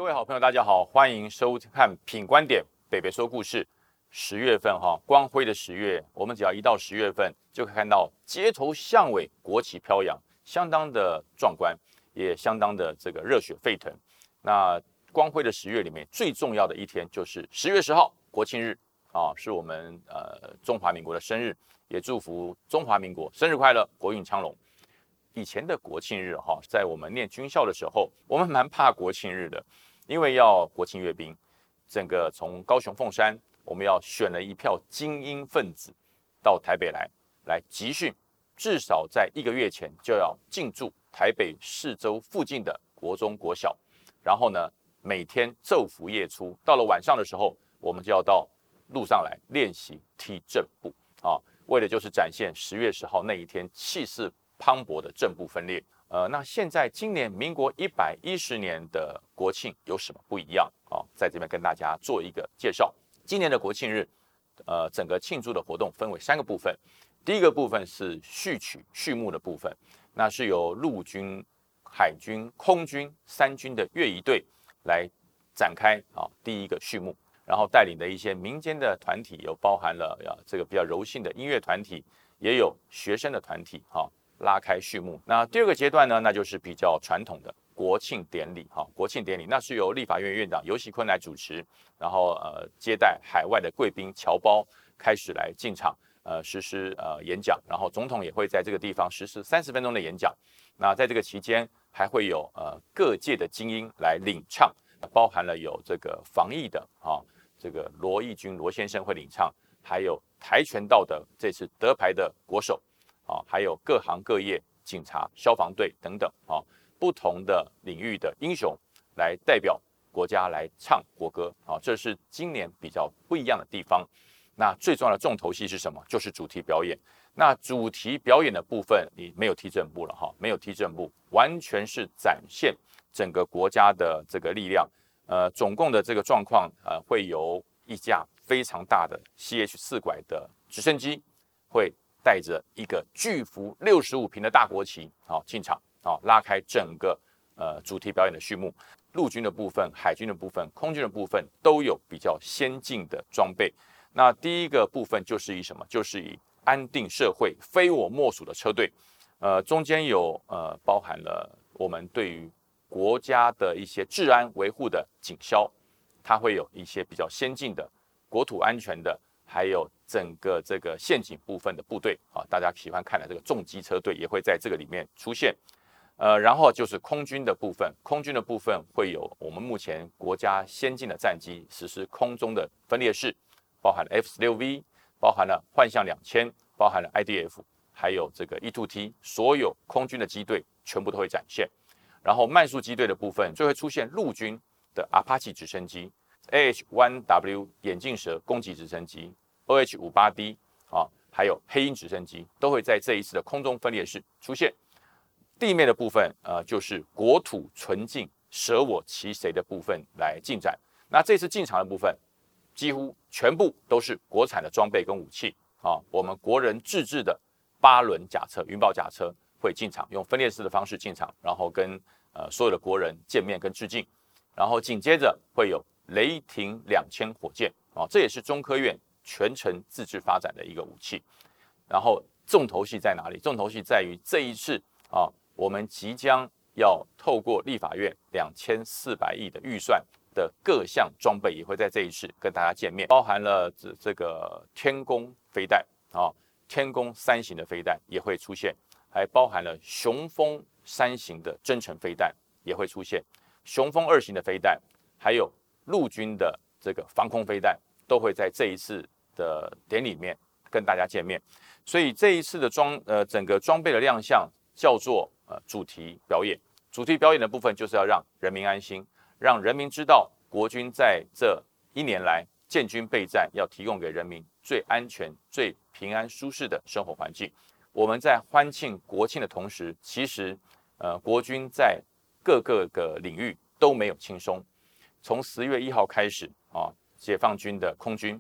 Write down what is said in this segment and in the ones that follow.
位好朋友，大家好，欢迎收看品观点北北说故事。10月份光辉的10月，我们只要一到10月份，就可以看到街头巷尾国旗飘扬，相当的壮观，也相当的这个热血沸腾。那光辉的10月里面，最重要的一天就是10月10号国庆日是我们中华民国的生日，也祝福中华民国生日快乐，国运昌隆。以前的国庆日在我们念军校的时候，我们蛮怕国庆日的，因为要国庆阅兵，整个从高雄凤山，我们要选了一票精英分子到台北来集训，至少在1个月前就要进驻台北市州附近的国中国小，然后呢，每天昼伏夜出，到了晚上的时候，我们就要到路上来练习踢正步为的就是展现10月10号那一天气势磅礴的正步分裂。那现在今年民国110年的国庆有什么不一样在这边跟大家做一个介绍。今年的国庆日，整个庆祝的活动分为3个部分。第一个部分是序幕的部分，那是由陆军、海军、空军3军的乐仪队来展开第一个序幕，然后带领的一些民间的团体，有包含了这个比较柔性的音乐团体，也有学生的团体拉开序幕。那第二个阶段呢，那就是比较传统的国庆典礼国庆典礼那是由立法院院长游锡堃来主持，然后接待海外的贵宾侨胞开始来进场实施演讲，然后总统也会在这个地方实施30分钟的演讲。那在这个期间还会有各界的精英来领唱，包含了有这个防疫的这个罗义军罗先生会领唱，还有跆拳道的这次得牌的国手还有各行各业警察、消防队等等不同的领域的英雄来代表国家来唱国歌这是今年比较不一样的地方。那最重要的重头戏是什么？就是主题表演。那主题表演的部分，你没有踢正步了没有踢正步，完全是展现整个国家的这个力量。总共的这个状况会由一架非常大的 CH4 拐的直升机会带着一个巨幅65坪的大国旗进场拉开整个主题表演的序幕。陆军的部分、海军的部分、空军的部分都有比较先进的装备。那第一个部分就是以什么？就是以安定社会、非我莫属的车队。中间有包含了我们对于国家的一些治安维护的警消，它会有一些比较先进的国土安全的，还有整个这个陷阱部分的部队大家喜欢看的这个重机车队也会在这个里面出现。然后就是空军的部分，空军的部分会有我们目前国家先进的战机实施空中的分列式，包含了 F-16V， 包含了幻象2000，包含了 IDF， 还有这个 E2T， 所有空军的机队全部都会展现。然后慢速机队的部分就会出现陆军的 Apache 直升机、AH-1W 眼镜蛇攻击直升机、OH-58D 还有黑鹰直升机都会在这一次的空中分列式出现。地面的部分就是国土纯净、舍我其谁的部分来进展。那这次进场的部分几乎全部都是国产的装备跟武器我们国人自制的8轮甲车、云豹甲车会进场，用分列式的方式进场，然后跟所有的国人见面跟致敬。然后紧接着会有雷霆2000火箭这也是中科院全程自制发展的一个武器。然后重头戏在哪里？重头戏在于这一次我们即将要透过立法院2400亿的预算的各项装备，也会在这一次跟大家见面，包含了这个天弓飞弹天弓3型的飞弹也会出现，还包含了雄风3型的增程飞弹也会出现，雄风2型的飞弹，还有陆军的这个防空飞弹都会在这一次的典礼里面跟大家见面。所以这一次的整个装备的亮相叫做主题表演。主题表演的部分就是要让人民安心，让人民知道国军在这1年来建军备战，要提供给人民最安全、最平安、舒适的生活环境。我们在欢庆国庆的同时，其实国军在各个领域都没有轻松。从10月1号开始解放军的空军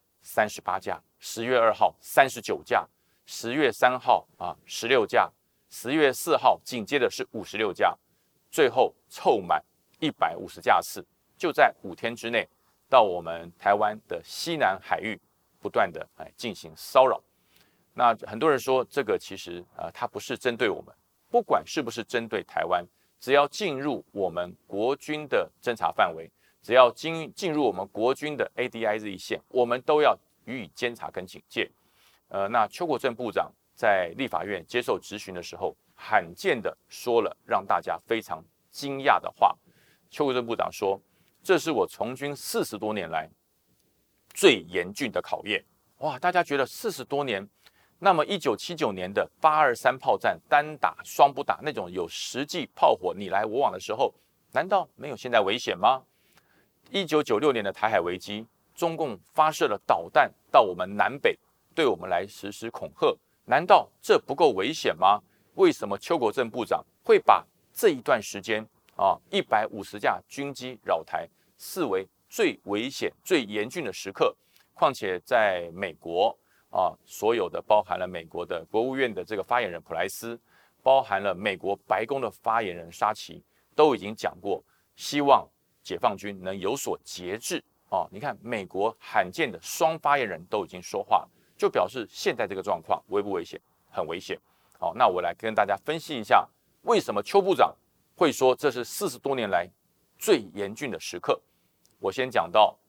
38架，10月2号39架，10月3号16架，10月4号紧接着是56架，最后凑满 150架次，就在5天之内到我们台湾的西南海域不断的进行骚扰。那很多人说这个其实它不是针对我们，不管是不是针对台湾，只要进入我们国军的侦察范围，只要进入我们国军的 ADIZ 线，我们都要予以监察跟警戒。那邱国正部长在立法院接受质询的时候，罕见的说了让大家非常惊讶的话。邱国正部长说：“这是我从军40多年来最严峻的考验。”哇，大家觉得40多年，那么1979年的823炮战单打双不打那种有实际炮火你来我往的时候，难道没有现在危险吗？1996年的台海危机，中共发射了导弹到我们南北，对我们来实施恐吓，难道这不够危险吗？为什么邱国正部长会把这一段时间150架军机扰台视为最危险、最严峻的时刻？况且在美国所有的包含了美国的国务院的这个发言人普莱斯，包含了美国白宫的发言人沙奇，都已经讲过，希望解放军能有所节制你看美国罕见的双发言人都已经说话了，就表示现在这个状况危不危险？很危险。那我来跟大家分析一下，为什么邱部长会说这是40多年来最严峻的时刻。我先讲到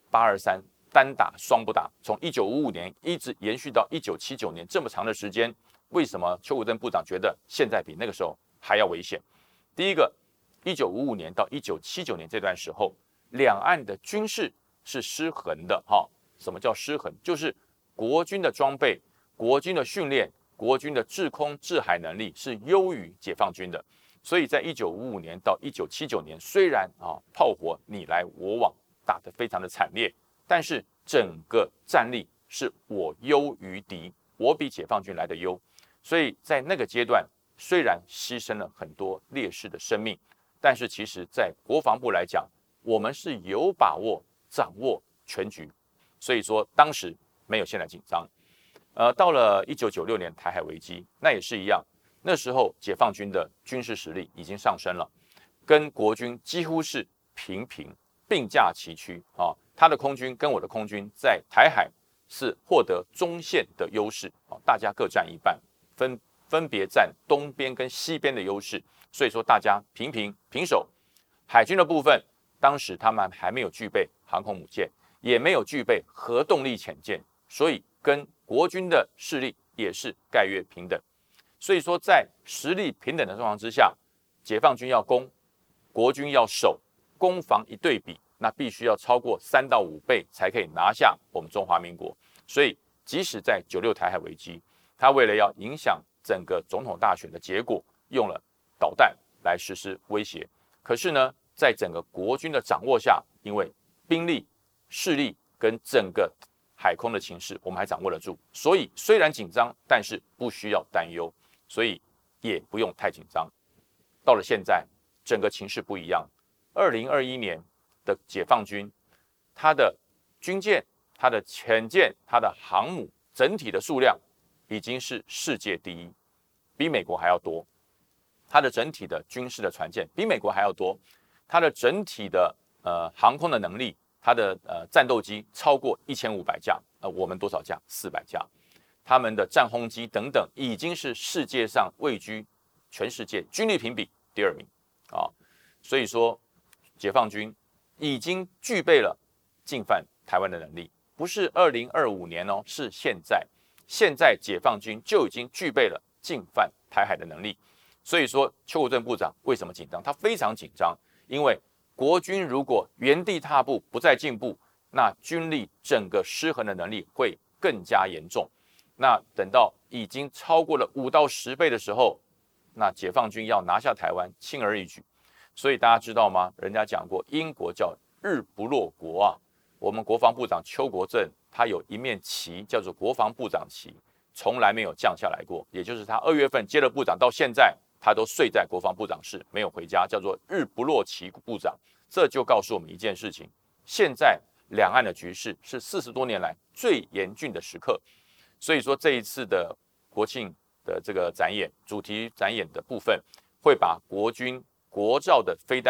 823单打双不打，从1955年一直延续到1979年这么长的时间，为什么邱国正部长觉得现在比那个时候还要危险？第一个，1955年到1979年这段时候，两岸的军事是失衡的什么叫失衡？就是国军的装备、国军的训练、国军的制空制海能力是优于解放军的。所以在1955年到1979年，虽然炮火你来我往，打得非常的惨烈，但是整个战力是我优于敌，我比解放军来的优。所以在那个阶段，虽然牺牲了很多烈士的生命，但是其实在国防部来讲，我们是有把握掌握全局。所以说当时没有现在紧张。到了1996年台海危机，那也是一样，那时候解放军的军事实力已经上升了，跟国军几乎是平并驾齐驱他的空军跟我的空军在台海是获得中线的优势大家各占一半，分别占东边跟西边的优势，所以说大家平手。海军的部分，当时他们还没有具备航空母舰，也没有具备核动力潜舰，所以跟国军的势力也是概约平等。所以说在实力平等的状况之下，解放军要攻，国军要守，攻防一对比，那必须要超过3到5倍才可以拿下我们中华民国。所以即使在96台海危机，他为了要影响整个总统大选的结果，用了导弹来实施威胁。可是呢，在整个国军的掌握下，因为兵力、势力跟整个海空的情势，我们还掌握得住，所以虽然紧张，但是不需要担忧，所以也不用太紧张。到了现在，整个情势不一样。2021年的解放军，它的军舰、它的潜舰、它的航母整体的数量已经是世界第一，比美国还要多。它的整体的军事的船舰比美国还要多，它的整体的航空的能力，它的战斗机超过1500架，我们多少架？400架。他们的战轰机等等，已经是世界上位居全世界军力评比第2名所以说，解放军已经具备了进犯台湾的能力，不是2025年是现在。现在解放军就已经具备了进犯台海的能力。所以说，邱国正部长为什么紧张？他非常紧张，因为国军如果原地踏步，不再进步，那军力整个失衡的能力会更加严重。那等到已经超过了5到10倍的时候，那解放军要拿下台湾轻而易举。所以大家知道吗？人家讲过，英国叫日不落国我们国防部长邱国正，他有一面旗叫做国防部长旗，从来没有降下来过。也就是他2月份接了部长到现在，他都睡在国防部长室，没有回家，叫做日不落旗部长。这就告诉我们一件事情：现在两岸的局势是40多年来最严峻的时刻。所以说，这一次的国庆的这个展演，主题展演的部分，会把国军国造的飞弹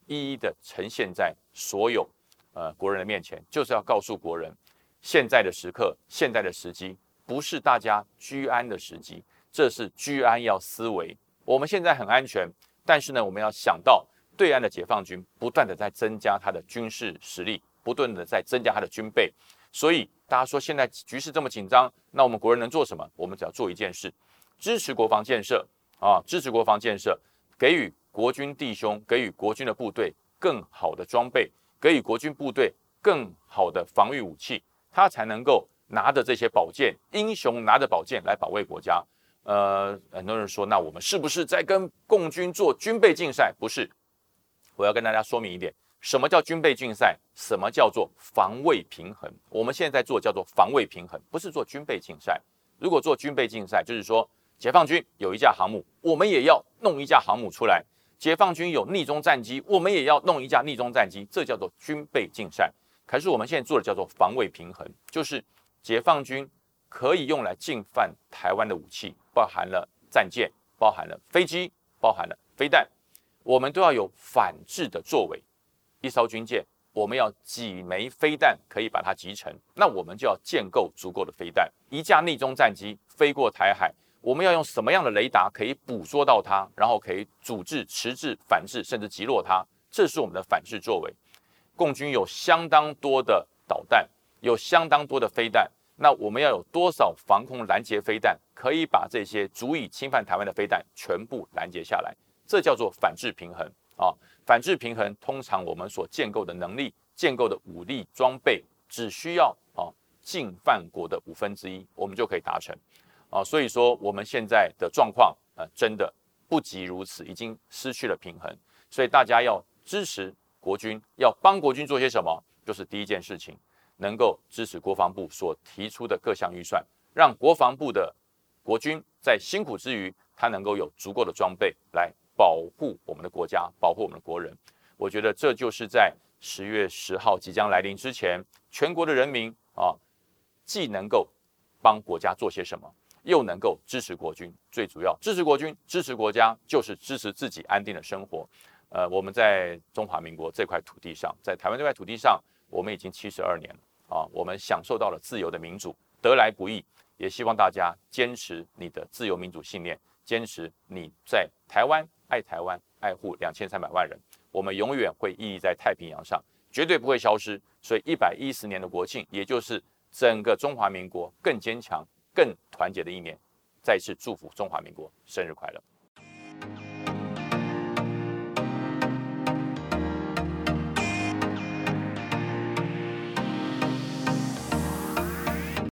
一一的呈现在所有国人的面前，就是要告诉国人，现在的时刻，现在的时机，不是大家居安的时机，这是居安要思危。我们现在很安全，但是呢，我们要想到对岸的解放军不断的在增加他的军事实力，不断的在增加他的军备，所以大家说现在局势这么紧张，那我们国人能做什么？我们只要做一件事，支持国防建设啊，支持国防建设，给予国军弟兄，给予国军的部队更好的装备，给予国军部队更好的防御武器，他才能够拿着这些宝剑，英雄拿着宝剑来保卫国家。很多人说，那我们是不是在跟共军做军备竞赛？不是，我要跟大家说明一点，什么叫军备竞赛？什么叫做防卫平衡？我们现在做叫做防卫平衡，不是做军备竞赛。如果做军备竞赛，就是说解放军有一架航母，我们也要弄一架航母出来；解放军有逆中战机，我们也要弄一架逆中战机，这叫做军备竞赛。可是我们现在做的叫做防卫平衡，就是解放军可以用来进犯台湾的武器，包含了战舰，包含了飞机，包含了飞弹，我们都要有反制的作为。一艘军舰，我们要几枚飞弹可以把它击沉，那我们就要建构足够的飞弹。一架逆中战机飞过台海，我们要用什么样的雷达可以捕捉到它，然后可以阻滞、迟滞、反制，甚至击落它？这是我们的反制作为。共军有相当多的导弹，有相当多的飞弹，那我们要有多少防空拦截飞弹，可以把这些足以侵犯台湾的飞弹全部拦截下来？这叫做反制平衡啊！反制平衡，通常我们所建构的能力、建构的武力装备，只需要进犯国的1/5，我们就可以达成啊！所以说，我们现在的状况真的不及如此，已经失去了平衡。所以大家要支持国军，要帮国军做些什么？就是第一件事情，能够支持国防部所提出的各项预算，让国防部的国军在辛苦之余，他能够有足够的装备来保护我们的国家，保护我们的国人。我觉得这就是在10月10号即将来临之前，全国的人民既能够帮国家做些什么，又能够支持国军。最主要，支持国军、支持国家，就是支持自己安定的生活。我们在中华民国这块土地上，在台湾这块土地上，我们已经72年了我们享受到了自由的民主，得来不易。也希望大家坚持你的自由民主信念，坚持你在台湾爱台湾，爱护2300万人。我们永远会屹立在太平洋上，绝对不会消失。所以110年的国庆，也就是整个中华民国更坚强、更团结的一年。再次祝福中华民国生日快乐！